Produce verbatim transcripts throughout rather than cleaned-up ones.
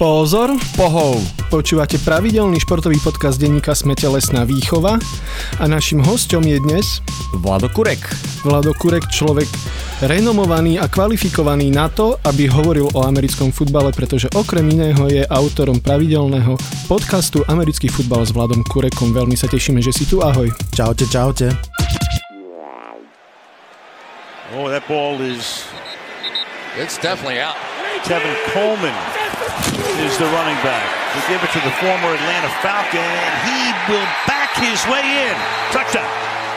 Pozor, pohov! Počúvate pravidelný športový podcast denníka Sme telesná výchova a naším hosťom je dnes Vlado Kurek. Vlado Kurek, človek renomovaný a kvalifikovaný na to, aby hovoril o americkom futbale, pretože okrem iného je autorom pravidelného podcastu Americký futbal s Vladom Kurekom. Veľmi sa tešíme, že si tu. Ahoj. Čaute, čaute. Oh, that ball is... It's definitely out. Tevin Coleman is the running back. They give it to the former Atlanta Falcon, and he will back his way in. Touchdown.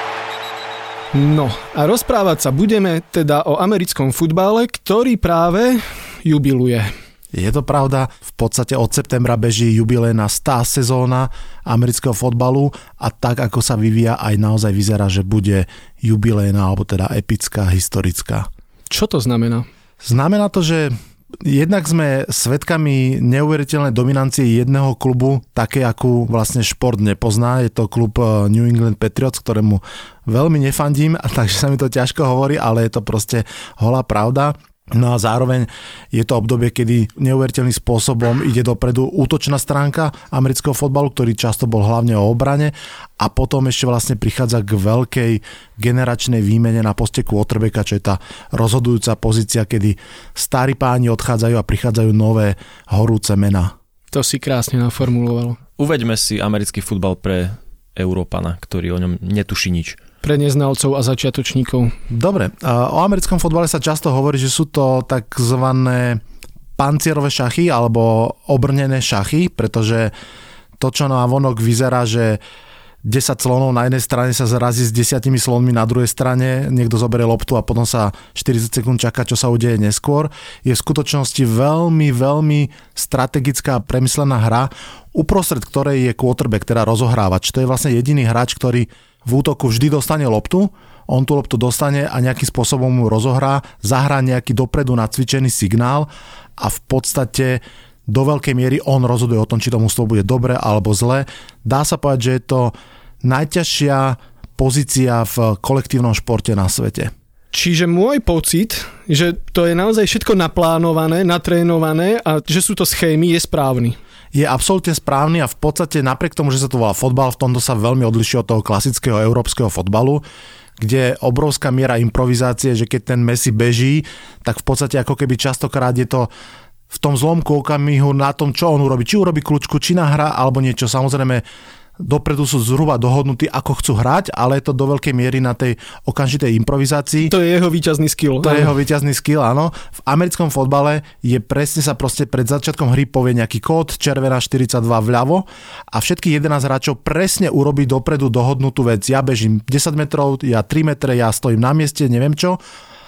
No a rozprávať sa budeme teda o americkom futbale, ktorý práve jubiluje. Je to pravda, v podstate od septembra beží jubilejná stá sezóna amerického fotbalu a tak, ako sa vyvíja, aj naozaj vyzerá, že bude jubilejná, alebo teda epická, historická. Čo to znamená? Znamená to, že jednak sme svedkami neuveriteľnej dominancie jedného klubu, také, akú vlastne šport nepozná. Je to klub New England Patriots, ktorému veľmi nefandím, a takže sa mi to ťažko hovorí, ale je to proste holá pravda. No a zároveň je to obdobie, kedy neuveriteľným spôsobom ide dopredu útočná stránka amerického fotbalu, ktorý často bol hlavne o obrane, a potom ešte vlastne prichádza k veľkej generačnej výmene na poste quarterbacka, čo je tá rozhodujúca pozícia, kedy starí páni odchádzajú a prichádzajú nové horúce mená. To si krásne naformuloval. Uveďme si americký futbal pre Európana, ktorý o ňom netuší nič. Pre neznalcov a začiatočníkov. Dobre, o americkom fotbale sa často hovorí, že sú to takzvané pancierové šachy alebo obrnené šachy, pretože to, čo na vonok vyzerá, že desať slonov na jednej strane sa zrazí s desiatimi slonmi na druhej strane, niekto zoberie loptu a potom sa štyridsať sekúnd čaká, čo sa udeje neskôr, je v skutočnosti veľmi, veľmi strategická a premyslená hra, uprostred ktorej je quarterback, teda rozohrávač. To je vlastne jediný hráč, ktorý v útoku vždy dostane loptu, on tú loptu dostane a nejakým spôsobom mu rozohrá, zahrá nejaký dopredu nacvičený signál a v podstate do veľkej miery on rozhoduje o tom, či to mužstvo bude dobre alebo zle. Dá sa povedať, že je to najťažšia pozícia v kolektívnom športe na svete. Čiže môj pocit, že to je naozaj všetko naplánované, natrénované a že sú to schémy, je správny. Je absolútne správny a v podstate napriek tomu, že sa to volá fotbal, v tomto sa veľmi odlišuje od toho klasického európskeho fotbalu, kde je obrovská miera improvizácie, že keď ten Messi beží, tak v podstate ako keby častokrát je to v tom zlomku okamihu na tom, čo on urobí. Či urobí kľúčku, či nahrá, alebo niečo. Samozrejme, dopredu sú zhruba dohodnutí, ako chcú hrať, ale je to do veľkej miery na tej okamžitej improvizácii. To je jeho víťazný skill. To je jeho víťazný skill, áno. V americkom fotbale je presne sa proste pred začiatkom hry povie nejaký kód, červená štyridsaťdva vľavo a všetkých jedenásť hráčov presne urobí dopredu dohodnutú vec. Ja bežím desať metrov, ja tri metre, ja stojím na mieste, neviem čo.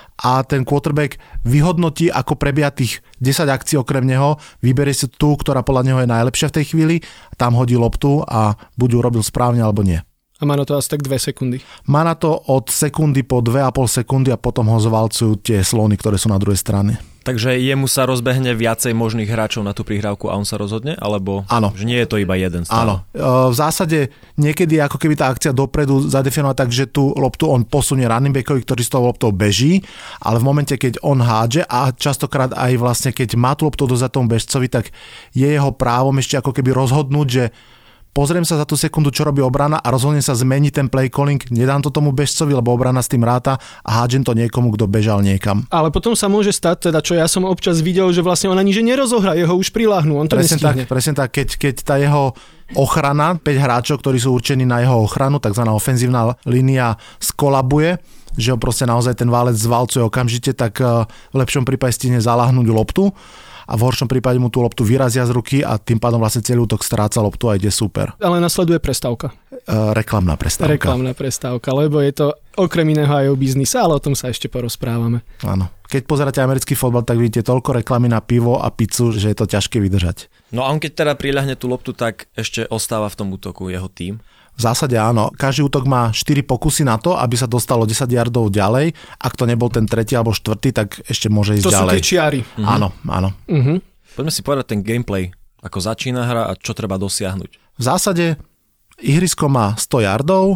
A ten quarterback vyhodnotí, ako prebieha tých desať akcií okrem neho, vyberie si tú, ktorá podľa neho je najlepšia v tej chvíli, tam hodí loptu a buď urobil správne, alebo nie. A má na to asi tak dve sekundy. Má na to od sekundy po dve a pol sekundy a potom ho zvalcujú tie slony, ktoré sú na druhej strane. Takže jemu sa rozbehne viacej možných hráčov na tú prihrávku a on sa rozhodne? Alebo áno. Že nie je to iba jeden stále? Áno. V zásade niekedy ako keby tá akcia dopredu zadefinovaná tak, že tú loptu on posunie running backovi, ktorý s tou loptou beží, ale v momente, keď on hádže a častokrát aj vlastne keď má tú loptu dozať tomu bežcovi, tak je jeho právom ešte ako keby rozhodnúť, že pozriem sa za tú sekundu, čo robí obrana a rozhodne sa zmení ten play calling, nedám to tomu bežcovi, lebo obrana s tým ráta a hádžem to niekomu, kto bežal niekam. Ale potom sa môže stať, teda čo ja som občas videl, že vlastne on ani že nerozohrá, jeho už priláhnú, on to presne nestihne. Tak, presne tak, keď, keď tá jeho ochrana, päť hráčov, ktorí sú určení na jeho ochranu, takzvaná ofenzívna línia skolabuje, že ho proste naozaj ten válec zvalcuje okamžite, tak v lepšom prípade stihne zaláhnuť loptu a v horšom prípade mu tú loptu vyrazia z ruky a tým pádom vlastne celý útok stráca loptu a ide super. Ale nasleduje prestávka. Uh, reklamná prestávka. Reklamná prestávka, lebo je to okrem iného aj o biznise, ale o tom sa ešte porozprávame. Áno. Keď pozeráte americký fotbal, tak vidíte toľko reklamy na pivo a pizzu, že je to ťažké vydržať. No a on keď teda priľahne tú loptu, tak ešte ostáva v tom útoku jeho tím? V zásade áno. Každý útok má štyri pokusy na to, aby sa dostalo desať yardov ďalej. Ak to nebol ten tretí alebo štvrtý, tak ešte môže ísť to ďalej. To sú tie čiary. Mhm. Áno, áno. Mhm. Poďme si povedať ten gameplay. Ako začína hra a čo treba dosiahnuť? V zásade ihrisko má sto yardov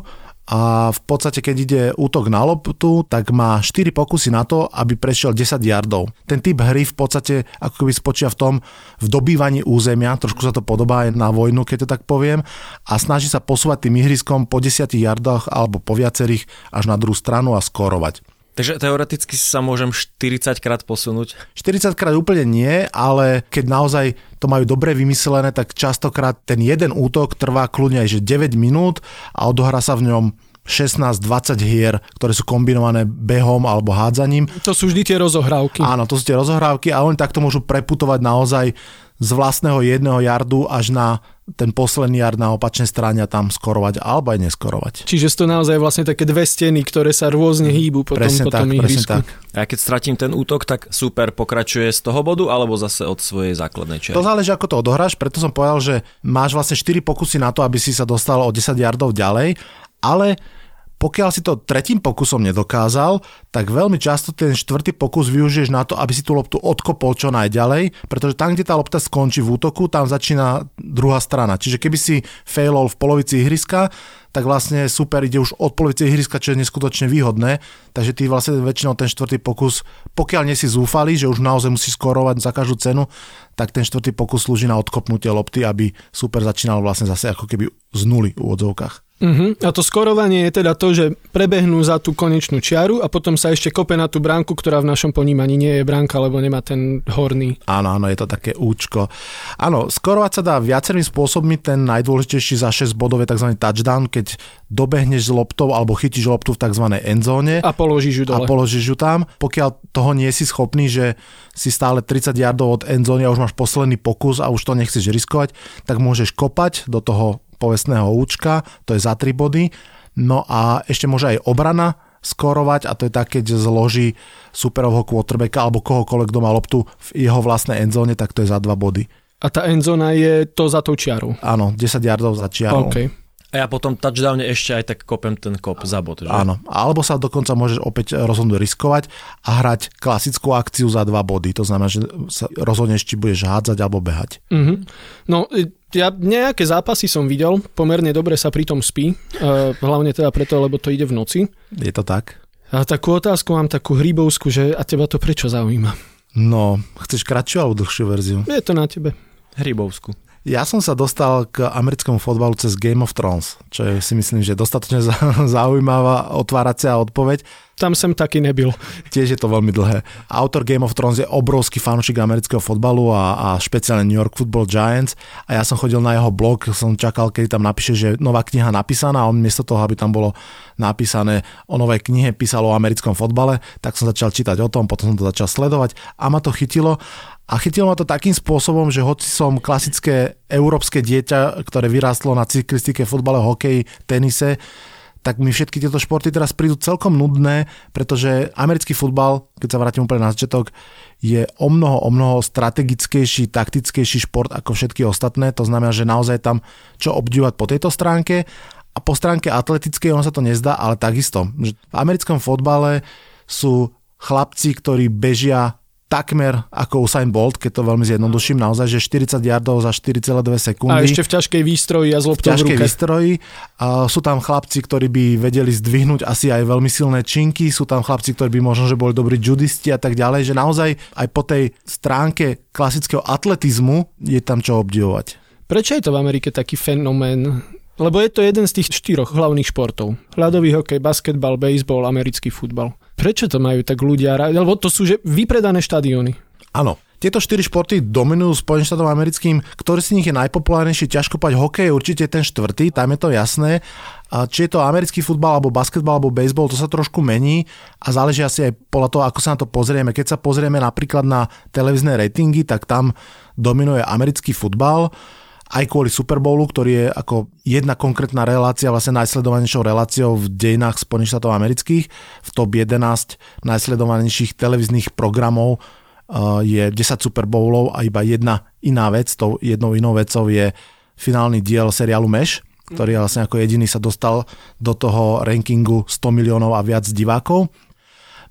a v podstate, keď ide útok na loptu, tak má štyri pokusy na to, aby prešiel desať yardov. Ten typ hry v podstate ako keby spočíva v tom, v dobývaní územia, trošku sa to podobá aj na vojnu, keď to tak poviem, a snaží sa posúvať tým ihriskom po desiatich yardoch alebo po viacerých až na druhú stranu a skórovať. Takže teoreticky sa môžem štyridsaťkrát posunúť? štyridsaťkrát úplne nie, ale keď naozaj to majú dobre vymyslené, tak častokrát ten jeden útok trvá kľudne aj že deväť minút a odohrá sa v ňom šestnásť dvadsať hier, ktoré sú kombinované behom alebo hádzaním. To sú vždy tie rozohrávky. Áno, to sú tie rozohrávky a oni takto môžu preputovať naozaj z vlastného jedného yardu až na ten posledný yard na opačnej strane a tam skorovať alebo aj neskorovať. Čiže sú to naozaj vlastne také dve steny, ktoré sa rôzne hýbu po tom, po tom ihrisku. A keď stratím ten útok, tak super pokračuje z toho bodu alebo zase od svojej základnej čiary? To záleží, ako to odohráš, preto som povedal, že máš vlastne štyri pokusy na to, aby si sa dostal o desať yardov ďalej, ale pokiaľ si to tretím pokusom nedokázal, tak veľmi často ten štvrtý pokus využiješ na to, aby si tú loptu odkopol čo najďalej, pretože tam, kde tá lopta skončí v útoku, tam začína druhá strana. Čiže keby si failol v polovici ihriska, tak vlastne super ide už od polovice ihriska, čo je neskutočne výhodné, takže ty vlastne väčšinou ten štvrtý pokus, pokiaľ nie si zúfalý, že už naozaj musí skorovať za každú cenu, tak ten štvrtý pokus slúži na odkopnutie lopty, aby super začínal vlastne zase ako keby z nuly v úvodzovkách. Uh-huh. A to skorovanie je teda to, že prebehnú za tú konečnú čiaru a potom sa ešte kope na tú bránku, ktorá v našom ponímaní nie je bránka, lebo nemá ten horný. Áno, áno, je to také účko. Áno, skorovať sa dá viacerými spôsobmi, ten najdôležitejší za šesť bodov je tzv. Touchdown, keď dobehneš s loptou alebo chytíš loptu v tzv. Endzóne a položíš ju dole. A položíš ju tam. Pokiaľ toho nie si schopný, že si stále tridsať yardov od endzóny a už máš posledný pokus a už to nechceš riskovať, tak môžeš kopať do toho povestného účka, to je za tri body. No a ešte môže aj obrana skorovať a to je tak, keď zloží superovho quarterbacka alebo kohokoľvek, kto má loptu v jeho vlastnej endzóne, tak to je za dva body. A tá endzóna je to za tou čiarou? Áno, desať yardov za čiarou. Okay. A ja potom touchdowne ešte aj tak kopem ten kop za bod. Že? Áno, alebo sa dokonca môžeš opäť rozhodnúť riskovať a hrať klasickú akciu za dva body. To znamená, že sa rozhodneš, či budeš hádzať alebo behať. Mm-hmm. No, ja nejaké zápasy som videl, pomerne dobre sa pri tom spí, hlavne teda preto, lebo to ide v noci. Je to tak? A takú otázku mám, takú hrybovskú, že a teba to prečo zaujíma? No, chceš kratšiu alebo dlhšiu verziu? Je to na tebe. Hrybovskú. Ja som sa dostal k americkému fotbalu cez Game of Thrones, čo je, si myslím, že dostatočne zaujímavá otváracia odpoveď. Tam som taký nebyl. Tiež je to veľmi dlhé. Autor Game of Thrones je obrovský fanúšik amerického fotbalu a, a špeciálne New York Football Giants a ja som chodil na jeho blog, som čakal, kedy tam napíše, že nová kniha napísaná a on miesto toho, aby tam bolo napísané o novej knihe, písal o americkom fotbale, tak som začal čítať o tom, potom som to začal sledovať a ma to chytilo. A chytilo ma to takým spôsobom, že hoci som klasické európske dieťa, ktoré vyrástlo na cyklistike, fotbale, hokeji, tenise, tak mi všetky tieto športy teraz prídu celkom nudné, pretože americký futbal, keď sa vrátim úplne na začiatok, je o mnoho, o mnoho strategickejší, taktickejší šport ako všetky ostatné. To znamená, že naozaj tam čo obdivovať po tejto stránke a po stránke atletickej ono sa to nezdá, ale takisto. Že v americkom fotbale sú chlapci, ktorí bežia takmer ako Usain Bolt, keď to veľmi zjednoduším, naozaj, že štyridsať yardov za štyri celé dve sekundy. A ešte v ťažkej výstroji a s loptou v ruke. V ťažkej výstroji. A sú tam chlapci, ktorí by vedeli zdvihnúť asi aj veľmi silné činky, sú tam chlapci, ktorí by možno, že boli dobrí judisti a tak ďalej, že naozaj aj po tej stránke klasického atletizmu je tam čo obdivovať. Prečo je to v Amerike taký fenomén? Lebo je to jeden z tých štyroch hlavných športov. Ľadový hokej, basketbal, bejsbol, americký futbal. Prečo to majú tak ľudia rádi? Lebo to sú že vypredané štadióny. Áno. Tieto štyri športy dominujú Spojeným štátom americkým. Ktorý z nich je najpopulárnejší? Ťažko povedať. Hokej je určite ten štvrtý, tam je to jasné. A či je to americký futbal, alebo basketbal, alebo bejsbol, to sa trošku mení a záleží asi aj podľa toho, ako sa na to pozrieme. Keď sa pozrieme napríklad na televízne ratingy, tak tam dominuje americký futbal. Aj kvôli Super Bowlu, ktorý je ako jedna konkrétna relácia, vlastne najsledovanejšou reláciou v dejinách Spojených štátov amerických. V top jedenásť najsledovanejších televíznych programov je desať Super Bowlov a iba jedna iná vec, tou jednou inou vecou je finálny diel seriálu Mesh, ktorý vlastne ako jediný sa dostal do toho rankingu sto miliónov a viac divákov.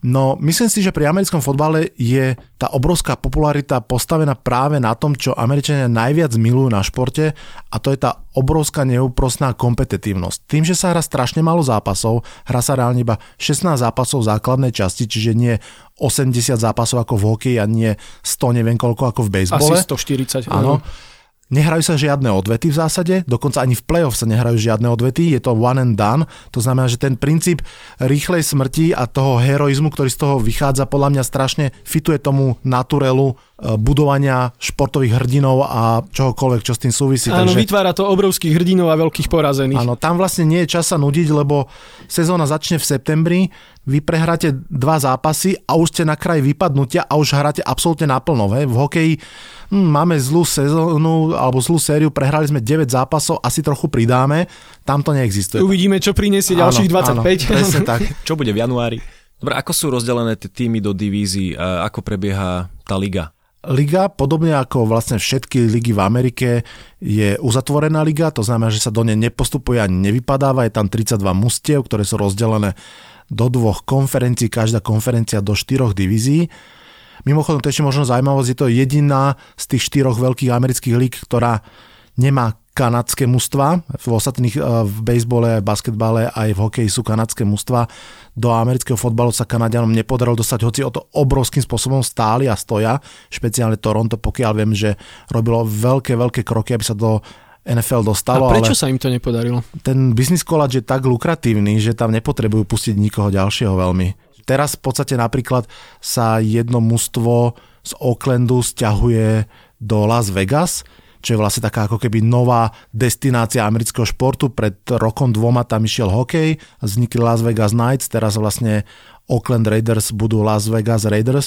No, myslím si, že pri americkom fotbale je tá obrovská popularita postavená práve na tom, čo Američania najviac milujú na športe, a to je tá obrovská neúprosná kompetitívnosť. Tým, že sa hrá strašne málo zápasov, hrá sa reálne iba šestnásť zápasov v základnej časti, čiže nie osemdesiat zápasov ako v hokeji a nie sto neviem koľko ako v bejsbole. Asi stoštyridsať. Áno. Nehrajú sa žiadne odvety v zásade, dokonca ani v play-off sa nehrajú žiadne odvety, je to one and done, to znamená, že ten princíp rýchlej smrti a toho heroizmu, ktorý z toho vychádza, podľa mňa strašne fituje tomu naturelu budovania športových hrdinov a čohokoľvek, čo s tým súvisí. Áno, Takže, vytvára to obrovských hrdinov a veľkých porazených. áno, tam vlastne nie je čas sa nudiť, lebo sezóna začne v septembri, vy prehráte dva zápasy a už ste na kraji vypadnutia a už hráte absolútne naplno. He? V hokeji hm, máme zlú sezónu alebo zlú sériu, prehrali sme deväť zápasov, asi trochu pridáme, tam to neexistuje. Uvidíme, čo prinesie ďalších dvadsaťpäť. Áno, presne tak. Čo bude v januári? Dobre, ako sú rozdelené tie týmy do divízií? Ako prebieha tá liga? Liga, podobne ako vlastne všetky ligy v Amerike, je uzatvorená liga, to znamená, že sa do nej nepostupuje ani nevypadáva, je tam tridsaťdva mužstiev, ktoré sú rozdelené do dvoch konferencií, každá konferencia do štyroch divízií. Mimochodom, to ešte možno zaujímavosť, je to jediná z tých štyroch veľkých amerických líg, ktorá nemá kanadské mužstva. V ostatných, v bejsbole, v basketbale aj v hokeji sú kanadské mužstva. Do amerického fotbalu sa Kanaďanom nepodarilo dostať, hoci o to obrovským spôsobom stáli a stoja. Špeciálne Toronto, pokiaľ viem, že robilo veľké, veľké kroky, aby sa do en ef el dostalo. A prečo ale sa im to nepodarilo? ten business college je tak lukratívny, že tam nepotrebujú pustiť nikoho ďalšieho veľmi. Teraz v podstate napríklad sa jedno mužstvo z Oaklandu sťahuje do Las Vegas, čo je vlastne taká ako keby nová destinácia amerického športu. Pred rokom dvoma tam išiel hokej, vznikli Las Vegas Knights, teraz vlastne Oakland Raiders budú Las Vegas Raiders,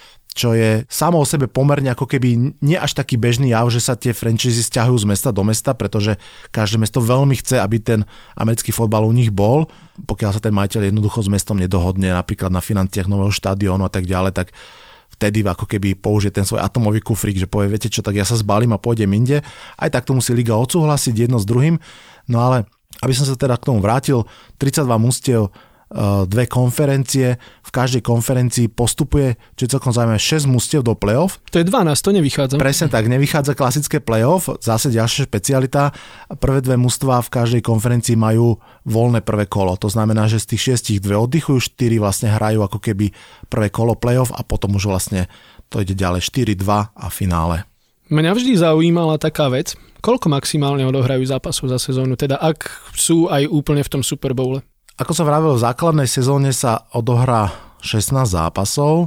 čo je samo o sebe pomerne ako keby nie až taký bežný jav, že sa tie franchise sťahujú z mesta do mesta, pretože každé mesto veľmi chce, aby ten americký fotbal u nich bol. Pokiaľ sa ten majiteľ jednoducho s mestom nedohodne, napríklad na financiách nového štadiónu a tak ďalej, tak vtedy ako keby použije ten svoj atomový kufrík, že povie, viete čo, tak ja sa zbalím a pôjdem inde. Aj tak to musí liga odsúhlasiť jedno s druhým. No ale, aby som sa teda k tomu vrátil, tridsaťdva mužstiev, dve konferencie, v každej konferencii postupuje, čo je celkom zaujímavé, šesť mužstiev do play-off. To je dvanásť, to nevychádza. Presne tak, nevychádza klasické play-off, zase ďalšia špecialita. Prvé dve mužstvá v každej konferencii majú voľné prvé kolo. To znamená, že z tých šiestich dve oddychujú, štyri vlastne hrajú ako keby prvé kolo play-off a potom už vlastne to ide ďalej štyri dva a finále. Mňa vždy zaujímala taká vec, koľko maximálne odohrajú zápasov za sezónu, teda ak sú aj úplne v tom Super Bowle. Ako som vravel, v základnej sezóne sa odohrá šestnásť zápasov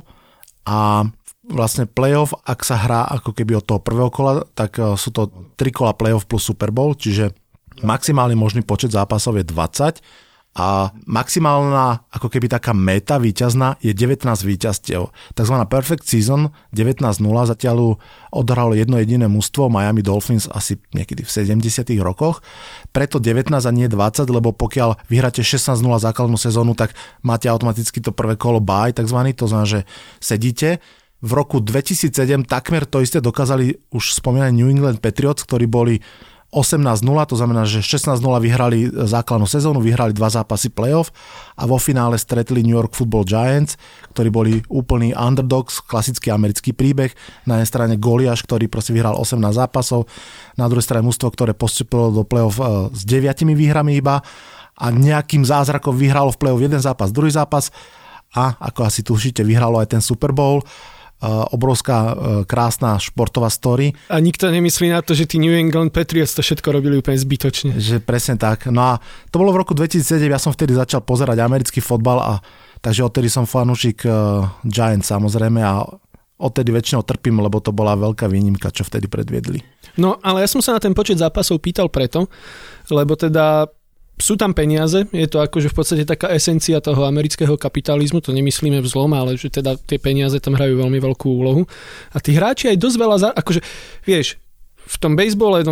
a vlastne playoff, ak sa hrá ako keby od toho prvého kola, tak sú to tri kola playoff plus Super Bowl, čiže maximálny možný počet zápasov je dvadsať a maximálna ako keby taká meta víťazná je devätnásť víťazstiev. Takzvaná perfect season devätnásť nula zatiaľ odohralo jedno jediné mužstvo Miami Dolphins asi niekedy v sedemdesiatych rokoch. Preto devätnásť a nie dvadsať, lebo pokiaľ vyhráte šestnásť nula základnú sezónu, tak máte automaticky to prvé kolo bye, takzvaný, to znamená, že sedíte. V roku dvetisícsedem takmer to isté dokázali už spomínaní New England Patriots, ktorí boli osemnásť nula, to znamená, že šestnásť nula vyhrali základnú sezónu, vyhrali dva zápasy playoff a vo finále stretli New York Football Giants, ktorí boli úplný underdogs, klasický americký príbeh. Na jednej strane Goliáš, ktorý proste vyhral osemnásť zápasov, na druhej strane mužstvo, ktoré postúpilo do playoff s deviatimi výhrami iba a nejakým zázrakom vyhralo v playoff jeden zápas, druhý zápas a ako asi tušíte, vyhralo aj ten Super Bowl. Obrovská, krásna športová story. A nikto nemyslí na to, že tí New England Patriots to všetko robili úplne zbytočne. Že presne tak. No a to bolo v roku dvetisícsedem, ja som vtedy začal pozerať americký fotbal a takže odtedy som fanúšik uh, Giants samozrejme a odtedy väčšinou trpím, lebo to bola veľká výnimka, čo vtedy predviedli. No, ale ja som sa na ten počet zápasov pýtal preto, lebo teda sú tam peniaze, je to akože v podstate taká esencia toho amerického kapitalizmu, to nemyslíme v zlom, ale že teda tie peniaze tam hrajú veľmi veľkú úlohu. A tí hráči aj dosť veľa, za, akože vieš, v tom bejsbole, no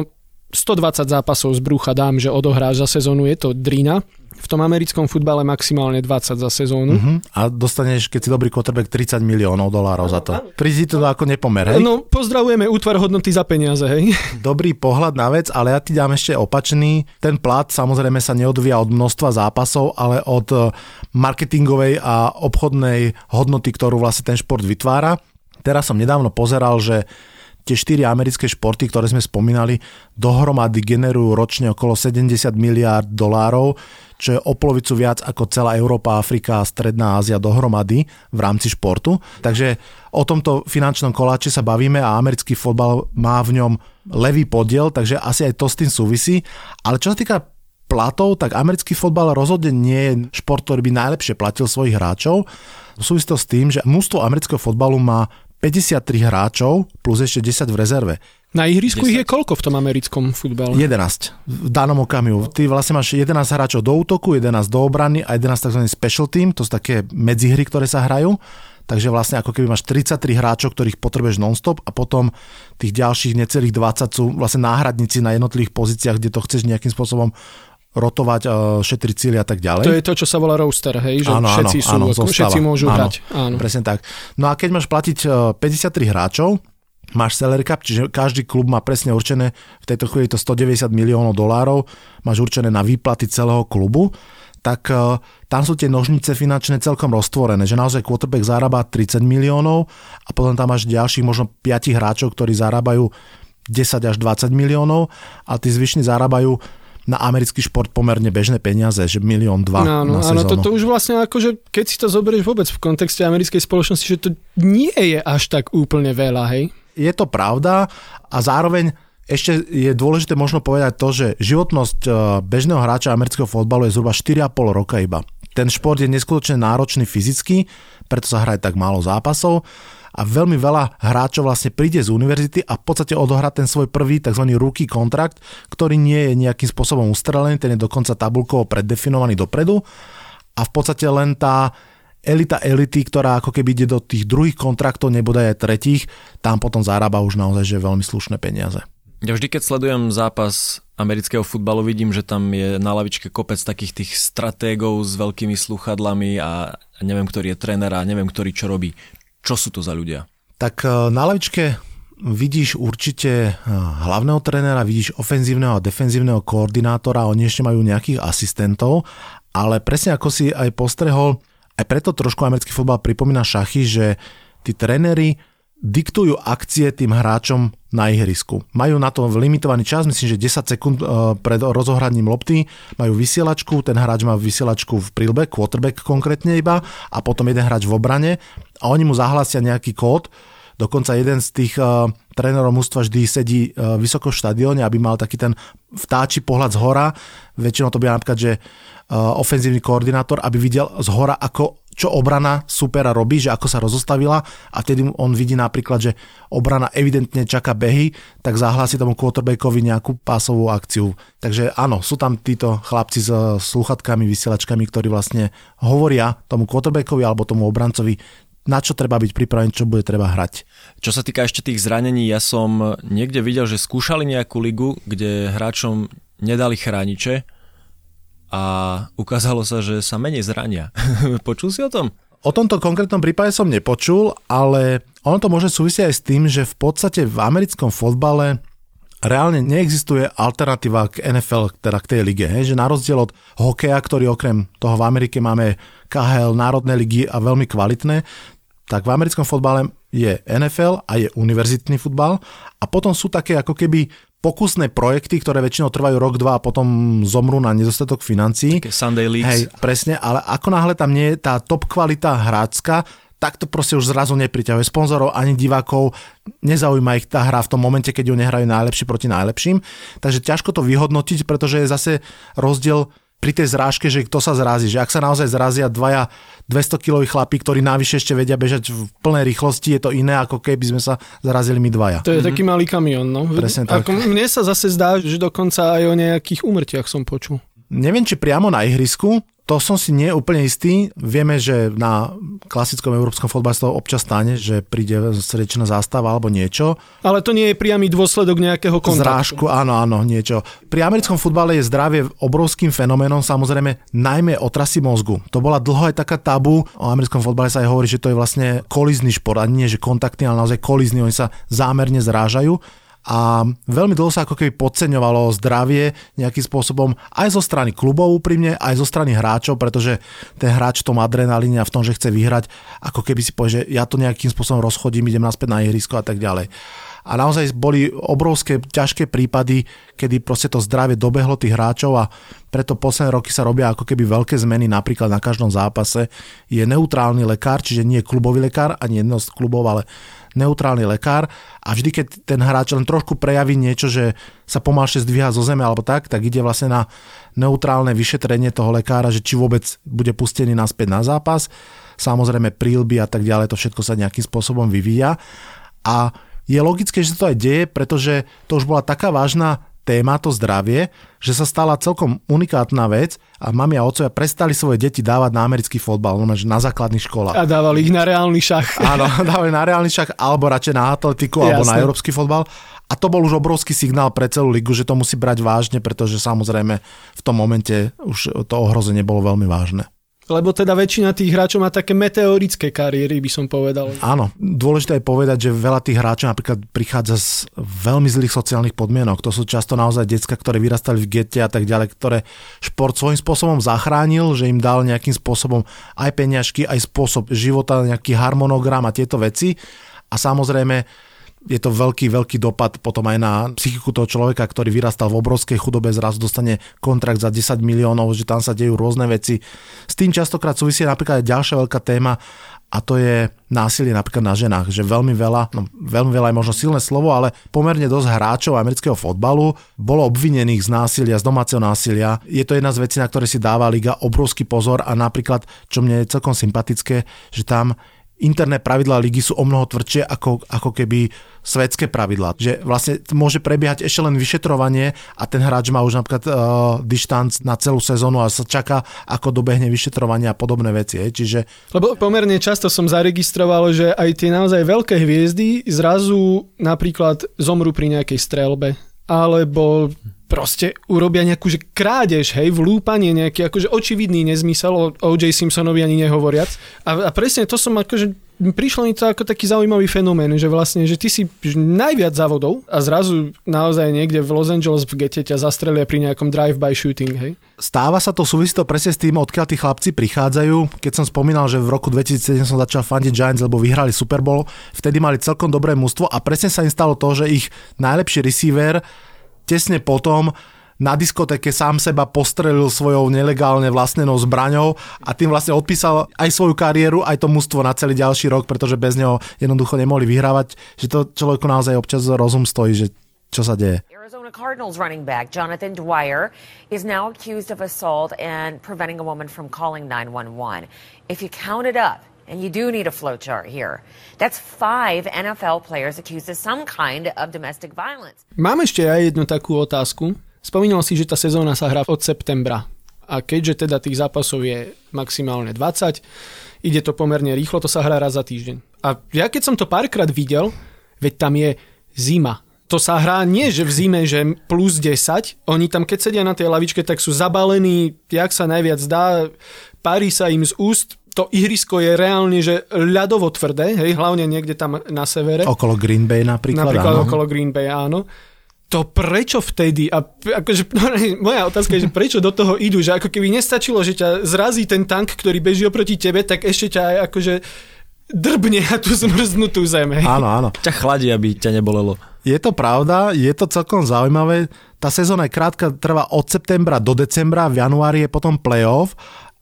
stodvadsať zápasov z brucha dám, že odohráš za sezónu, je to drina. V tom americkom futbale maximálne dvadsať za sezónu. Uh-huh. A dostaneš, keď si dobrý quarterback, tridsať miliónov dolárov za to. Prídi to ako nepomer, hej? No, pozdravujeme útvar hodnoty za peniaze, hej? Dobrý pohľad na vec, ale ja ti dám ešte opačný. Ten plat samozrejme sa neodvíja od množstva zápasov, ale od marketingovej a obchodnej hodnoty, ktorú vlastne ten šport vytvára. Teraz som nedávno pozeral, že tie štyri americké športy, ktoré sme spomínali, dohromady generujú ročne okolo sedemdesiat miliárd dolárov, čo je o polovicu viac ako celá Európa, Afrika a Stredná Ázia dohromady v rámci športu. Takže o tomto finančnom koláči sa bavíme a americký fotbal má v ňom levý podiel, takže asi aj to s tým súvisí. Ale čo sa týka platov, tak americký fotbal rozhodne nie je šport, ktorý by najlepšie platil svojich hráčov. Súvisí to s tým, že mužstvo amerického fotbalu má päťdesiattri hráčov plus ešte desať v rezerve. Na ihrisku desať. Ich je koľko v tom americkom futbale? jedenásť v danom okamihu. Ty vlastne máš jedenásť hráčov do útoku, jedenásť do obrany a jedenásť tzv. Special team, to sú také medzihry, ktoré sa hrajú. Takže vlastne ako keby máš tridsaťtri hráčov, ktorých potrebuješ non-stop a potom tých ďalších necelých dvadsať sú vlastne náhradníci na jednotlivých pozíciách, kde to chceš nejakým spôsobom rotovať, šetriť cíly a tak ďalej. To je to, čo sa volá roster, hej? Že áno, všetci, sú, áno, všetci môžu áno, hrať. Áno. Presne tak. No a keď máš platiť päťdesiattri hráčov, máš salary cap, čiže každý klub má presne určené, v tejto chvíli to stodeväťdesiat miliónov dolárov, máš určené na výplaty celého klubu, tak uh, tam sú tie nožnice finančné celkom roztvorené, že naozaj quarterback zarába tridsať miliónov a potom tam máš ďalších možno päť hráčov, ktorí zarábajú desať až dvadsať miliónov a tí zvyšní zarábajú na americký šport pomerne bežné peniaze, že milión dva no, no, na sezónu. Áno, toto už vlastne akože, keď si to zoberieš vôbec v kontexte americkej spoločnosti, že to nie je až tak úplne veľa, hej? Je to pravda a zároveň ešte je dôležité možno povedať to, že životnosť bežného hráča amerického fotbalu je zhruba štyri a pol roka iba. Ten šport je neskutočne náročný fyzicky, preto sa hraje tak málo zápasov a veľmi veľa hráčov vlastne príde z univerzity a v podstate odohrá ten svoj prvý tzv. Rookie kontrakt, ktorý nie je nejakým spôsobom ustrelený, ten je dokonca tabuľkovo preddefinovaný dopredu a v podstate len tá elita elity, ktorá ako keby ide do tých druhých kontraktov, nebodaj aj tretích, tam potom zarába už naozaj že veľmi slušné peniaze. Ja vždy, keď sledujem zápas amerického futbalu, vidím, že tam je na lavičke kopec takých tých stratégov s veľkými sluchadlami a neviem, ktorý je tréner a neviem, ktorý čo robí. Čo sú to za ľudia? Tak na lavičke vidíš určite hlavného trénera, vidíš ofenzívneho a defenzívneho koordinátora, oni ešte majú nejakých asistentov, ale presne ako si aj postrehol, aj preto trošku americký futbal pripomína šachy, že tí tréneri diktujú akcie tým hráčom na ihrisku. Majú na to limitovaný čas, myslím, že desať sekúnd pred rozohraním lopty, majú vysielačku, ten hráč má vysielačku v príľbe, quarterback konkrétne iba, a potom jeden hráč v obrane a oni mu zahlásia nejaký kód. Dokonca jeden z tých uh, trénerov mužstva vždy sedí uh, vysoko v štadióne, aby mal taký ten vtáči pohľad z hora. Väčšinou to bude napríklad, že uh, ofenzívny koordinátor, aby videl z hora, ako, čo obrana supera robí, že ako sa rozostavila a vtedy on vidí napríklad, že obrana evidentne čaká behy, tak zahlási tomu quarterbackovi nejakú pásovú akciu. Takže áno, sú tam títo chlapci s slúchatkami, vysielačkami, ktorí vlastne hovoria tomu quarterbackovi alebo tomu obrancovi, na čo treba byť pripravený, čo bude treba hrať. Čo sa týka ešte tých zranení, ja som niekde videl, že skúšali nejakú ligu, kde hráčom nedali chrániče a ukázalo sa, že sa menej zrania. Počul si o tom? O tomto konkrétnom prípade som nepočul, ale ono to môže súvisieť aj s tým, že v podstate v americkom fotbale reálne neexistuje alternatíva k en ef el, teda k tej lige. Hej? Že na rozdiel od hokeja, ktorý okrem toho v Amerike máme ká há el, národné ligy a veľmi kvalitné, tak v americkom fotbale je en ef el a je univerzitný futbal a potom sú také ako keby pokusné projekty, ktoré väčšinou trvajú rok, dva a potom zomrú na nedostatok financií. Také Sunday Leagues. Hej, presne, ale ako náhle tam nie je tá top kvalita hrácka, tak to proste už zrazu nepriťahuje sponzorov ani divákov, nezaujíma ich tá hra v tom momente, keď ju nehrajú najlepší proti najlepším. Takže ťažko to vyhodnotiť, pretože je zase rozdiel pri tej zrážke, že kto sa zrazí. Že ak sa naozaj zrazia dvaja dvestokiloví chlapí, ktorí navyše ešte vedia bežať v plnej rýchlosti, je to iné, ako keby sme sa zarazili my dvaja. To je mm-hmm. taký malý kamión, no. Presne tak. Ako mne sa zase zdá, že dokonca aj o nejakých úmrtiach som počul. Neviem, či priamo na ihrisku, To som si nie úplne istý. Vieme, že na klasickom európskom fotbale sa to občas stane, že príde srdečná zástava alebo niečo. Ale to nie je priamy dôsledok nejakého kontaktu. Zrážku, áno, áno, niečo. Pri americkom futbale je zdravie obrovským fenoménom, samozrejme, najmä otrasy mozgu. To bola dlho aj taká tabu. O americkom futbale sa aj hovorí, že to je vlastne kolízny šport, a nie že kontaktný, ale naozaj kolízny. Oni sa zámerne zrážajú. A veľmi dlho sa ako keby podceňovalo zdravie nejakým spôsobom aj zo strany klubov úprimne, aj zo strany hráčov, pretože ten hráč v tom adrenalíne a v tom, že chce vyhrať, ako keby si povie, že ja to nejakým spôsobom rozchodím, idem naspäť na ihrisko a tak ďalej. A naozaj boli obrovské ťažké prípady, kedy proste to zdravie dobehlo tých hráčov a preto posledné roky sa robia ako keby veľké zmeny, napríklad na každom zápase je neutrálny lekár, čiže nie klubový lekár, ani jedno z klubov, ale neutrálny lekár a vždy, keď ten hráč len trošku prejaví niečo, že sa pomalšie zdvíha zo zeme alebo tak, tak ide vlastne na neutrálne vyšetrenie toho lekára, že či vôbec bude pustený naspäť na zápas. Samozrejme príľby a tak ďalej, to všetko sa nejakým spôsobom vyvíja a je logické, že sa to aj deje, pretože to už bola taká vážna téma, to zdravie, že sa stala celkom unikátna vec a mami a otcovia prestali svoje deti dávať na americký fotbal, na základných školách. A dávali ich na reálny šach. Áno, dávali na reálny šach, alebo radšej na atletiku, alebo Jasne. Na európsky fotbal. A to bol už obrovský signál pre celú ligu, že to musí brať vážne, pretože samozrejme v tom momente už to ohrozenie bolo veľmi vážne. Lebo teda väčšina tých hráčov má také meteorické kariéry, by som povedal. Áno, dôležité je povedať, že veľa tých hráčov napríklad prichádza z veľmi zlých sociálnych podmienok. To sú často naozaj decka, ktoré vyrastali v gete a tak ďalej, ktoré šport svojím spôsobom zachránil, že im dal nejakým spôsobom aj peňažky, aj spôsob života, nejaký harmonogram a tieto veci. A samozrejme je to veľký, veľký dopad potom aj na psychiku toho človeka, ktorý vyrastal v obrovskej chudobe, zrazu dostane kontrakt za desať miliónov, že tam sa dejú rôzne veci. S tým častokrát súvisí napríklad aj ďalšia veľká téma a to je násilie napríklad na ženách, že veľmi veľa, no veľmi veľa je možno silné slovo, ale pomerne dosť hráčov amerického fotbalu bolo obvinených z násilia, z domáceho násilia. Je to jedna z vecí, na ktoré si dáva liga obrovský pozor a napríklad, čo mne je celkom sympatické, že tam interné pravidlá ligy sú o mnoho tvrdšie ako, ako keby svetské pravidlá. Že vlastne môže prebiehať ešte len vyšetrovanie a ten hráč má už napríklad uh, dištanc na celú sezónu a sa čaká, ako dobehne vyšetrovanie a podobné veci. Je. Čiže... Lebo pomerne často som zaregistroval, že aj tie naozaj veľké hviezdy zrazu napríklad zomrú pri nejakej streľbe alebo proste urobia nejakú že krádež, hej, vlúpanie, nejaký akože očividný nezmysel, o ó džej Simpsonovi ani nehovoriac. A, a presne to som akože, prišlo mi to ako taký zaujímavý fenomén, že vlastne, že ty si najviac závodov a zrazu naozaj niekde v Los Angeles v gete ťa zastrelia pri nejakom drive-by shooting, hej. Stáva sa to, súvisí to presne s tým, odkiaľ tí chlapci prichádzajú. Keď som spomínal, že v roku dvetisícsedem som začal fandiť Giants, lebo vyhrali Super Bowl, vtedy mali celkom dobré mužstvo a presne sa im stalo to, že ich najlepší receiver tesne potom na diskotéke sám seba postrelil svojou nelegálne vlastnenou zbraňou a tým vlastne odpísal aj svoju kariéru, aj to mužstvo na celý ďalší rok, pretože bez neho jednoducho nemohli vyhrávať, že to človeku naozaj občas rozum stojí, že čo sa deje. Arizona Cardinals running back Jonathan Dwyer is now accused of assault and preventing a woman from calling nine one one. If you count it up, and you do need a flowchart here. That's five N F L players accused of some kind of domestic violence. Mám ešte aj jednu takú otázku. Spomínal si, že tá sezóna sa hrá od septembra. A keďže teda tých zápasov je maximálne dvadsať, ide to pomerne rýchlo, to sa hrá raz za týždeň. A ja keď som to párkrát videl, veď tam je zima. To sa hrá nie, že v zime, že plus desať. Oni tam, keď sedia na tej lavičke, tak sú zabalení, jak sa najviac dá, pári sa im z úst. To ihrisko je reálne, že ľadovo tvrdé, hej, hlavne niekde tam na severe. Okolo Green Bay napríklad. Napríklad áno. okolo Green Bay, áno. To prečo vtedy? A akože, moja otázka je, že prečo do toho idú? Že ako keby nestačilo, že ťa zrazí ten tank, ktorý beží oproti tebe, tak ešte ťa aj akože drbne na tú zmrznutú zem. Hej. Áno, áno. Ťa chladí, aby ťa nebolelo. Je to pravda, je to celkom zaujímavé. Tá sezóna je krátka, trvá od septembra do decembra, v januári je potom playoff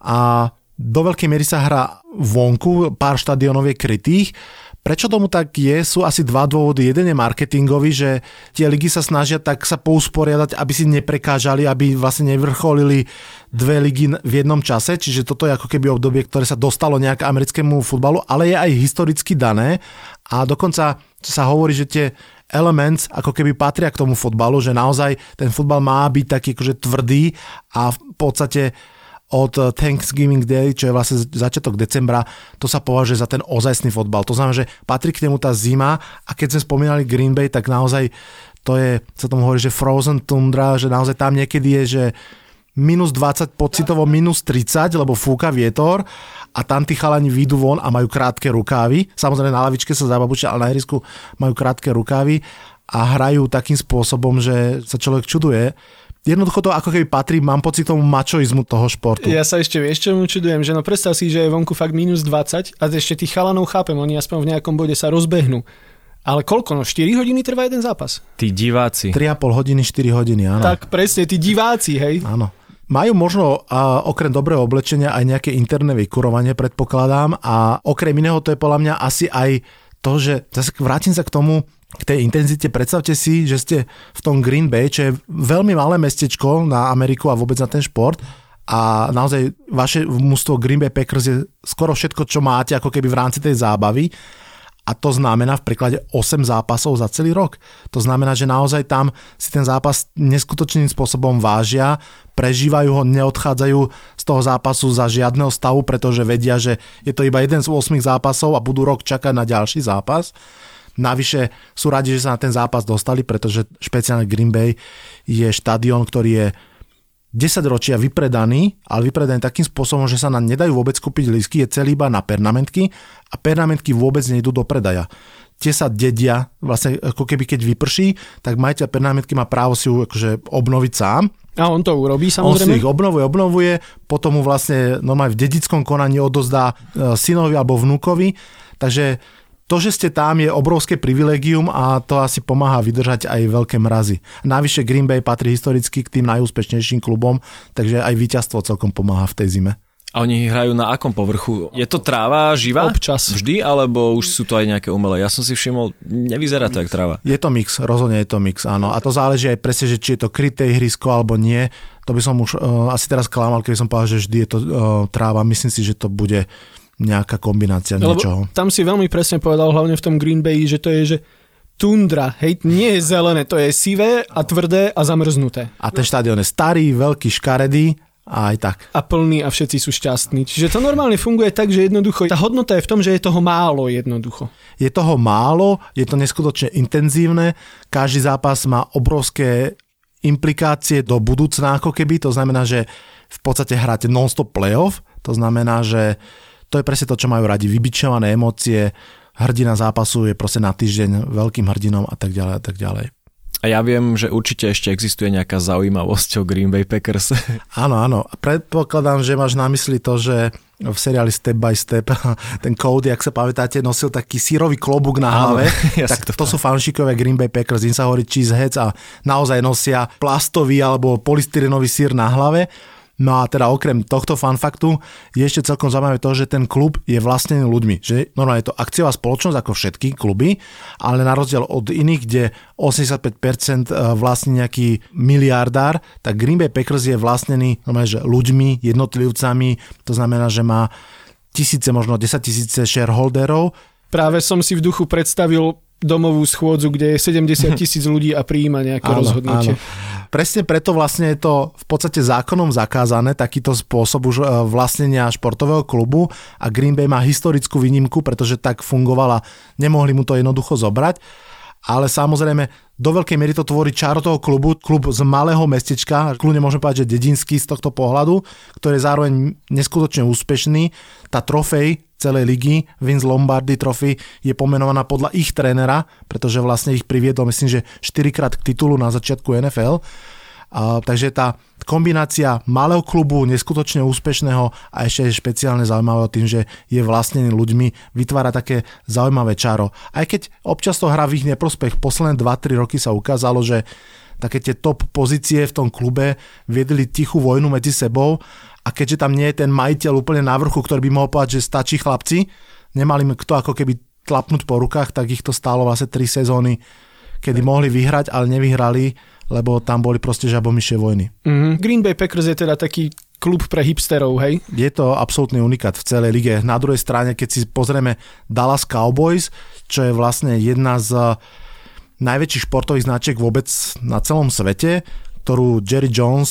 a do veľkej miery sa hrá vonku, pár štadiónov je krytých. Prečo tomu tak je? Sú asi dva dôvody. Jeden je marketingový, že tie ligy sa snažia tak sa pousporiadať, aby si neprekážali, aby vlastne nevrcholili dve ligy v jednom čase, čiže toto je ako keby obdobie, ktoré sa dostalo nejak americkému futbalu, ale je aj historicky dané a dokonca sa hovorí, že tie elements ako keby patria k tomu futbalu, že naozaj ten futbal má byť taký akože tvrdý a v podstate od Thanksgiving Day, čo je vlastne začiatok decembra, to sa považuje za ten ozajstný fotbal. To znamená, že patrí k nemu tá zima a keď sme spomínali Green Bay, tak naozaj to je, sa tomu hovorí, že frozen tundra, že naozaj tam niekedy je, že minus dvadsať, pocitovo minus tridsať, lebo fúka vietor a tam tí chalani výjdu von a majú krátke rukávy. Samozrejme na lavičke sa zababučia, ale na ihrisku majú krátke rukávy a hrajú takým spôsobom, že sa človek čuduje. Jednoducho to ako keby patrí, mám pocit, tomu mačoizmu toho športu. Ja sa ešte vieš, čo mu čudujem, že no predstav si, že je vonku fakt minus dvadsať a ešte tých chalanov chápem, oni aspoň v nejakom bode sa rozbehnú. Ale koľko? No štyri hodiny trvá jeden zápas. Tí diváci. tri a pol hodiny, štyri hodiny, áno. Tak presne, tí diváci, hej. Áno. Majú možno a, okrem dobrého oblečenia aj nejaké interné vykurovanie, predpokladám, a okrem iného to je podľa mňa asi aj to, že zase vrátim sa k tomu, k tej intenzite. Predstavte si, že ste v tom Green Bay, čo je veľmi malé mestečko na Ameriku a vôbec na ten šport, a naozaj vaše mužstvo Green Bay Packers je skoro všetko, čo máte ako keby v rámci tej zábavy, a to znamená v preklade osem zápasov za celý rok. To znamená, že naozaj tam si ten zápas neskutočným spôsobom vážia, prežívajú ho, neodchádzajú z toho zápasu za žiadneho stavu, pretože vedia, že je to iba jeden z ôsmich zápasov a budú rok čakať na ďalší zápas. Navyše sú radi, že sa na ten zápas dostali, pretože špeciálne Green Bay je štadión, ktorý je desaťročia vypredaný, ale vypredaný takým spôsobom, že sa nám nedajú vôbec kúpiť lístky, je celý iba na pernamentky a pernamentky vôbec nejdú do predaja. Tie sa dedia, vlastne ako keby keď vyprší, tak majiteľ pernamentky má právo si ju akože obnoviť sám. A on to urobí, samozrejme. On si ich obnovuje, obnovuje, potom mu vlastne normálne v dedickom konaní odozdá synovi alebo vnúkovi, takže to, že ste tam, je obrovské privilégium a to asi pomáha vydržať aj veľké mrazy. Navyše Green Bay patrí historicky k tým najúspešnejším klubom, takže aj víťazstvo celkom pomáha v tej zime. A oni hrajú na akom povrchu? Je to tráva živá? Občas. Vždy, alebo už sú to aj nejaké umelé? Ja som si všimol, nevyzerá to jak tráva. Je to mix, rozhodne je to mix, áno. A to záleží aj presne, že či je to kryté ihrisko alebo nie. To by som už uh, asi teraz klamal, keby som povedal, že vždy je to uh, tráva. Myslím si, že to bude nejaká kombinácia Lebo niečoho. Tam si veľmi presne povedal, hlavne v tom Green Bay, že to je, že tundra, hej, nie je zelené, to je sivé a tvrdé a zamrznuté. A ten štadión je starý, veľký, škaredý a aj tak. A plný a všetci sú šťastní. Čiže to normálne funguje tak, že jednoducho, tá hodnota je v tom, že je toho málo jednoducho. Je toho málo, je to neskutočne intenzívne, každý zápas má obrovské implikácie do budúcna ako keby, to znamená, že v podstate hráte non-stop playoff, to znamená, že to je presne to, čo majú radi, vybičované emócie, hrdina zápasu je proste na týždeň veľkým hrdinom a tak ďalej a tak ďalej. A ja viem, že určite ešte existuje nejaká zaujímavosť o Green Bay Packers. Áno, áno. Predpokladám, že máš na mysli to, že v seriáli Step by Step ten Cody, ak sa pamätáte, nosil taký sírový klobúk na hlave. Áno, ja tak to, to sú fanšikovia Green Bay Packers, im sa hovorí cheeseheads a naozaj nosia plastový alebo polystyrenový sír na hlave. No a teda okrem tohto fanfaktu je ešte celkom zaujímavé to, že ten klub je vlastnený ľuďmi. Že normálne je to akciová spoločnosť ako všetky kluby, ale na rozdiel od iných, kde osemdesiatpäť percent vlastní nejaký miliardár, tak Green Bay Packers je vlastnený normálne, že ľuďmi, jednotlivcami, to znamená, že má tisíce, možno desaťtisíce shareholderov. Práve som si v duchu predstavil domovú schôdzu, kde je sedemdesiat tisíc ľudí a prijíma nejaké áno, rozhodnutie. Áno. Presne preto vlastne je to v podstate zákonom zakázané, takýto spôsob už vlastnenia športového klubu, a Green Bay má historickú výnimku, pretože tak fungovala, nemohli mu to jednoducho zobrať. Ale samozrejme, do veľkej miery to tvorí čaro toho klubu, klub z malého mestečka, kľudne môžeme povedať, že dedinský z tohto pohľadu, ktorý je zároveň neskutočne úspešný. Tá trofej celej ligy, Vince Lombardi Trophy, je pomenovaná podľa ich trénera, pretože vlastne ich priviedol, myslím, že štyrikrát k titulu na začiatku en ef el. A, takže tá kombinácia malého klubu, neskutočne úspešného a ešte je špeciálne zaujímavé tým, že je vlastnený ľuďmi, vytvára také zaujímavé čaro. Aj keď občas to hrá v ich neprospech, posledné dva tri roky sa ukázalo, že také tie top pozície v tom klube viedli tichú vojnu medzi sebou, a keďže tam nie je ten majiteľ úplne na vrchu, ktorý by mohol povedať, že stačí chlapci, nemali mi kto ako keby tlapnúť po rukách, tak ich to stálo vlastne tri sezóny, kedy mohli vyhrať, ale nevyhrali, lebo tam boli proste žabomyšie vojny. Mm-hmm. Green Bay Packers je teda taký klub pre hipsterov, hej? Je to absolútny unikát v celej lige. Na druhej strane, keď si pozrieme Dallas Cowboys, čo je vlastne jedna z najväčších športových značiek vôbec na celom svete, ktorú Jerry Jones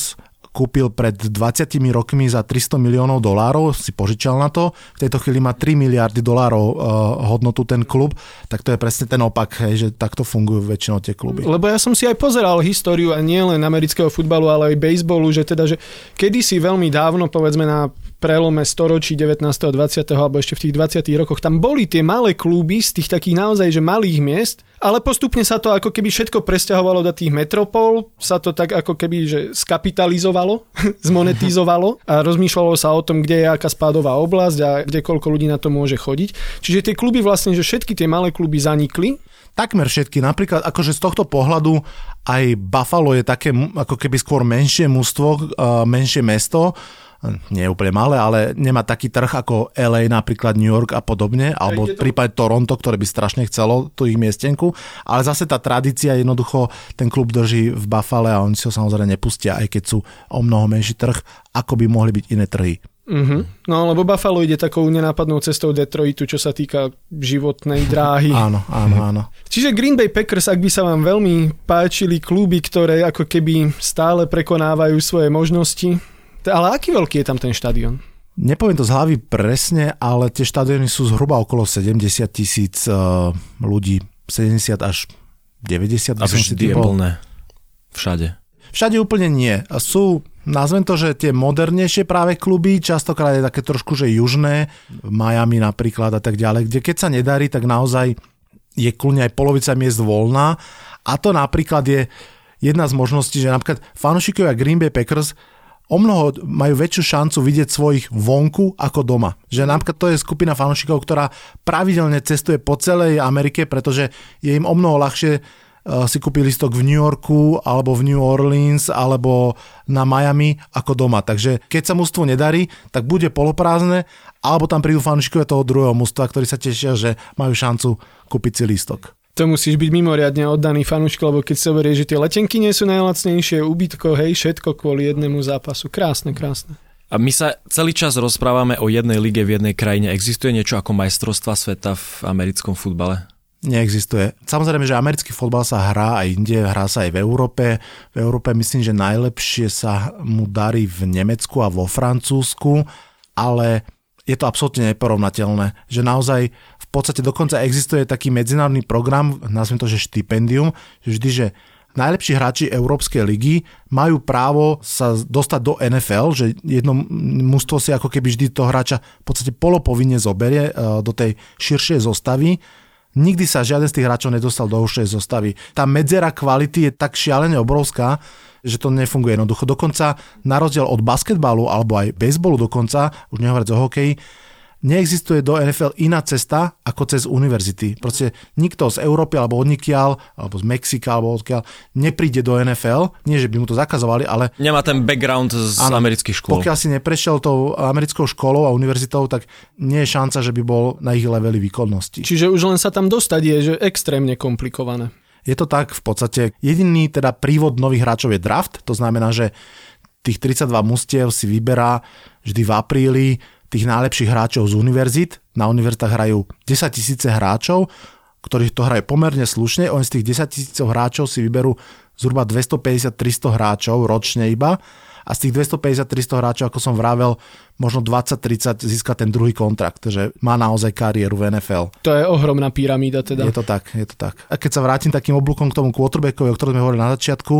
kúpil pred dvadsiatimi rokmi za tristo miliónov dolárov, si požičal na to, v tejto chvíli má tri miliardy dolárov uh, hodnotu ten klub, tak to je presne ten opak, hej, že takto fungujú väčšinou tie kluby. Lebo ja som si aj pozeral históriu a nie len amerického futbalu, ale aj bejsbolu, že teda, že kedysi veľmi dávno, povedzme na prelome storočí devätnásteho a dvadsiateho alebo ešte v tých dvadsiatych rokoch, tam boli tie malé kluby z tých takých naozaj že malých miest, ale postupne sa to ako keby všetko presťahovalo do tých metropol, sa to tak ako keby že skapitalizovalo, zmonetizovalo a rozmýšľalo sa o tom, kde je aká spádová oblasť a kde koľko ľudí na to môže chodiť. Čiže tie kluby vlastne, že všetky tie malé kluby zanikli. Takmer všetky. Napríklad akože z tohto pohľadu aj Buffalo je také ako keby skôr menšie mužstvo, menšie mesto, nie je úplne malé, ale nemá taký trh ako el ej, napríklad New York a podobne, alebo to... prípade Toronto, ktoré by strašne chcelo tú ich miestenku, ale zase tá tradícia jednoducho ten klub drží v Buffale a oni si ho samozrejme nepustia, aj keď sú o mnoho menší trh, ako by mohli byť iné trhy. Uh-huh. No lebo Buffalo ide takou nenápadnou cestou Detroitu, čo sa týka životnej dráhy. Áno, áno, áno. Čiže Green Bay Packers, ak by sa vám veľmi páčili kluby, ktoré ako keby stále prekonávajú svoje možnosti. Ale aký veľký je tam ten štadión? Nepoviem to z hlavy presne, ale tie štadióny sú zhruba okolo sedemdesiat tisíc uh, ľudí. sedemdesiat až deväťdesiat. A vždy je plné. Všade. Všade úplne nie. Sú, nazvem to, že tie modernejšie práve kluby, častokrát je také trošku, že južné, Miami napríklad a tak ďalej, kde keď sa nedarí, tak naozaj je kľudne aj polovica miest voľná. A to napríklad je jedna z možností, že napríklad fanúšikovia Green Bay Packers o mnoho majú väčšiu šancu vidieť svojich vonku ako doma. Že napríklad to je skupina fanúšikov, ktorá pravidelne cestuje po celej Amerike, pretože je im o mnoho ľahšie si kúpiť listok v New Yorku alebo v New Orleans alebo na Miami ako doma. Takže keď sa mužstvo nedarí, tak bude poloprázdne alebo tam prídu fanúšikovia toho druhého mužstva, ktorí sa tešia, že majú šancu kúpiť si listok. To musíš byť mimoriadne oddaný fanúšik, lebo keď sa berie, že tie letenky nie sú najlacnejšie, ubytko, hej, všetko kvôli jednému zápasu. Krásne, krásne. A my sa celý čas rozprávame o jednej lige v jednej krajine. Existuje niečo ako majstrovstvá sveta v americkom futbale? Neexistuje. Samozrejme, že americký futbal sa hrá aj inde, hrá sa aj v Európe. V Európe myslím, že najlepšie sa mu darí v Nemecku a vo Francúzsku, ale je to absolútne neporovnateľné, že naozaj v podstate dokonca existuje taký medzinárodný program, nazvem to, že štipendium, že vždy, že najlepší hráči Európskej ligy majú právo sa dostať do en ef el, že jedno mužstvo si ako keby vždy toho hráča v podstate polopovinne zoberie do tej širšej zostavy. Nikdy sa žiaden z tých hráčov nedostal do užšej zostavy. Tá medzera kvality je tak šialene obrovská, že to nefunguje jednoducho. Dokonca na rozdiel od basketbalu alebo aj bejsbolu dokonca, už nehovoriac o hokeji, neexistuje do en ef el iná cesta ako cez univerzity. Proste nikto z Európy alebo odnikiaľ, alebo z Mexika alebo odkiaľ nepríde do en ef el. Nie, že by mu to zakazovali, ale... Nemá ten background z áno, amerických škôl. Pokiaľ si neprešiel tou americkou školou a univerzitou, tak nie je šanca, že by bol na ich leveli výkonnosti. Čiže už len sa tam dostať je že extrémne komplikované. Je to tak, v podstate jediný teda prívod nových hráčov je draft, to znamená, že tých tridsaťdva mužstiev si vyberá vždy v apríli tých najlepších hráčov z univerzít. Na univerzitách hrajú desaťtisíce hráčov, ktorí to hrajú pomerne slušne. Oni z tých desaťtisícov hráčov si vyberú zhruba dvestopäťdesiat až tristo hráčov ročne iba. A z tých dvestopäťdesiat až tristo hráčov, ako som vravel, možno dvadsať tridsať získa ten druhý kontrakt, že má naozaj kariéru v en ef el. To je ohromná pyramída teda. Je to tak, je to tak. A keď sa vrátim takým oblúkom k tomu quarterbackovi, o ktorom sme hovorili na začiatku,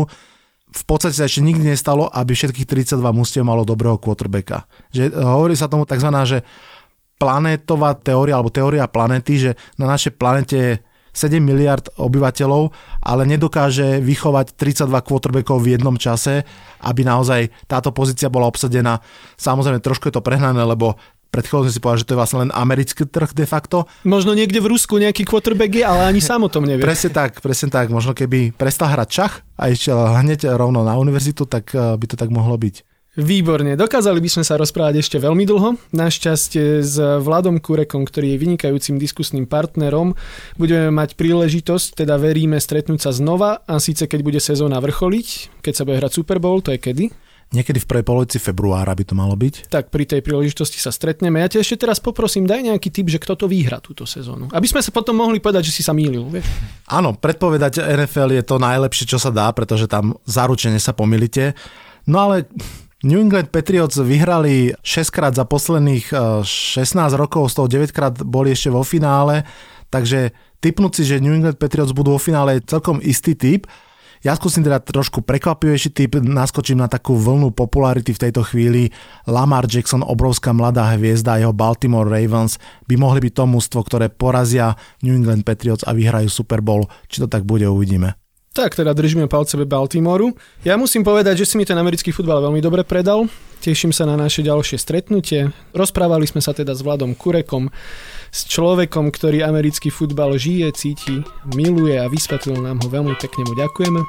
v podstate sa ešte nikdy nestalo, aby všetkých tridsaťdva mužstiev malo dobrého quarterbacka. Že hovorí sa tomu takzvaná, že planétová teória, alebo teória planéty, že na našej planete je sedem miliárd obyvateľov, ale nedokáže vychovať tridsaťdva quarterbackov v jednom čase, aby naozaj táto pozícia bola obsadená. Samozrejme, trošku je to prehnané, lebo pred chvíľou sme si povedali, že to je vlastne len americký trh de facto. Možno niekde v Rusku nejaký quarterback je, ale ani sám o tom nevie. Presne tak, presne tak. Možno keby prestal hrať šach a išiel hneď rovno na univerzitu, tak by to tak mohlo byť. Výborne, dokázali by sme sa rozprávať ešte veľmi dlho. Našťastie s Vladom Kurekom, ktorý je vynikajúcim diskusným partnerom, budeme mať príležitosť, teda veríme, stretnúť sa znova, a síce keď bude sezóna vrcholiť, keď sa bude hrať Super Bowl, to je kedy? Niekedy v prvej polovici februára by to malo byť. Tak pri tej príležitosti sa stretneme. Ja ťa ešte teraz poprosím, daj nejaký tip, že kto to vyhrá túto sezónu. Aby sme sa potom mohli povedať, že si sa mýlil, vieš? Áno, predpovedať en ef el je to najlepšie, čo sa dá, pretože tam zaručene sa pomýlite. No ale New England Patriots vyhrali šesťkrát za posledných šestnásť rokov, z toho deväťkrát boli ešte vo finále, takže tipnúť si, že New England Patriots budú vo finále je celkom istý tip. Ja skúsim teda trošku prekvapivejší tip, naskočím na takú vlnu popularity v tejto chvíli. Lamar Jackson, obrovská mladá hviezda, jeho Baltimore Ravens by mohli byť to mužstvo, ktoré porazia New England Patriots a vyhrajú Super Bowl. Či to tak bude, uvidíme. Tak teda držíme palce Baltimoru. Ja musím povedať, že si mi ten americký futbal veľmi dobre predal. Teším sa na naše ďalšie stretnutie. Rozprávali sme sa teda s Vladom Kurekom, s človekom, ktorý americký futbal žije, cíti, miluje a vysvetlil nám ho. Veľmi pekne mu ďakujeme.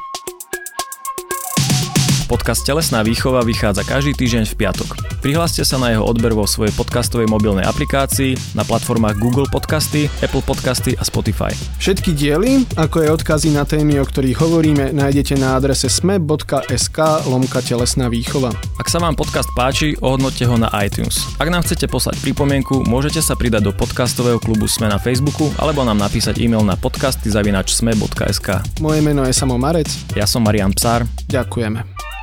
Podcast Telesná výchova vychádza každý týždeň v piatok. Prihláste sa na jeho odber vo svojej podcastovej mobilnej aplikácii, na platformách Google Podcasty, Apple Podcasty a Spotify. Všetky diely, ako aj odkazy na témy, o ktorých hovoríme, nájdete na adrese sme.sk lomka telesná výchova. Ak sa vám podcast páči, ohodnoťte ho na iTunes. Ak nám chcete poslať pripomienku, môžete sa pridať do podcastového klubu Sme na Facebooku alebo nám napísať e-mail na podcasty zavináč sme bodka es ká. Moje meno je Samo Marec. Ja som Marián Psár. Ďakujeme.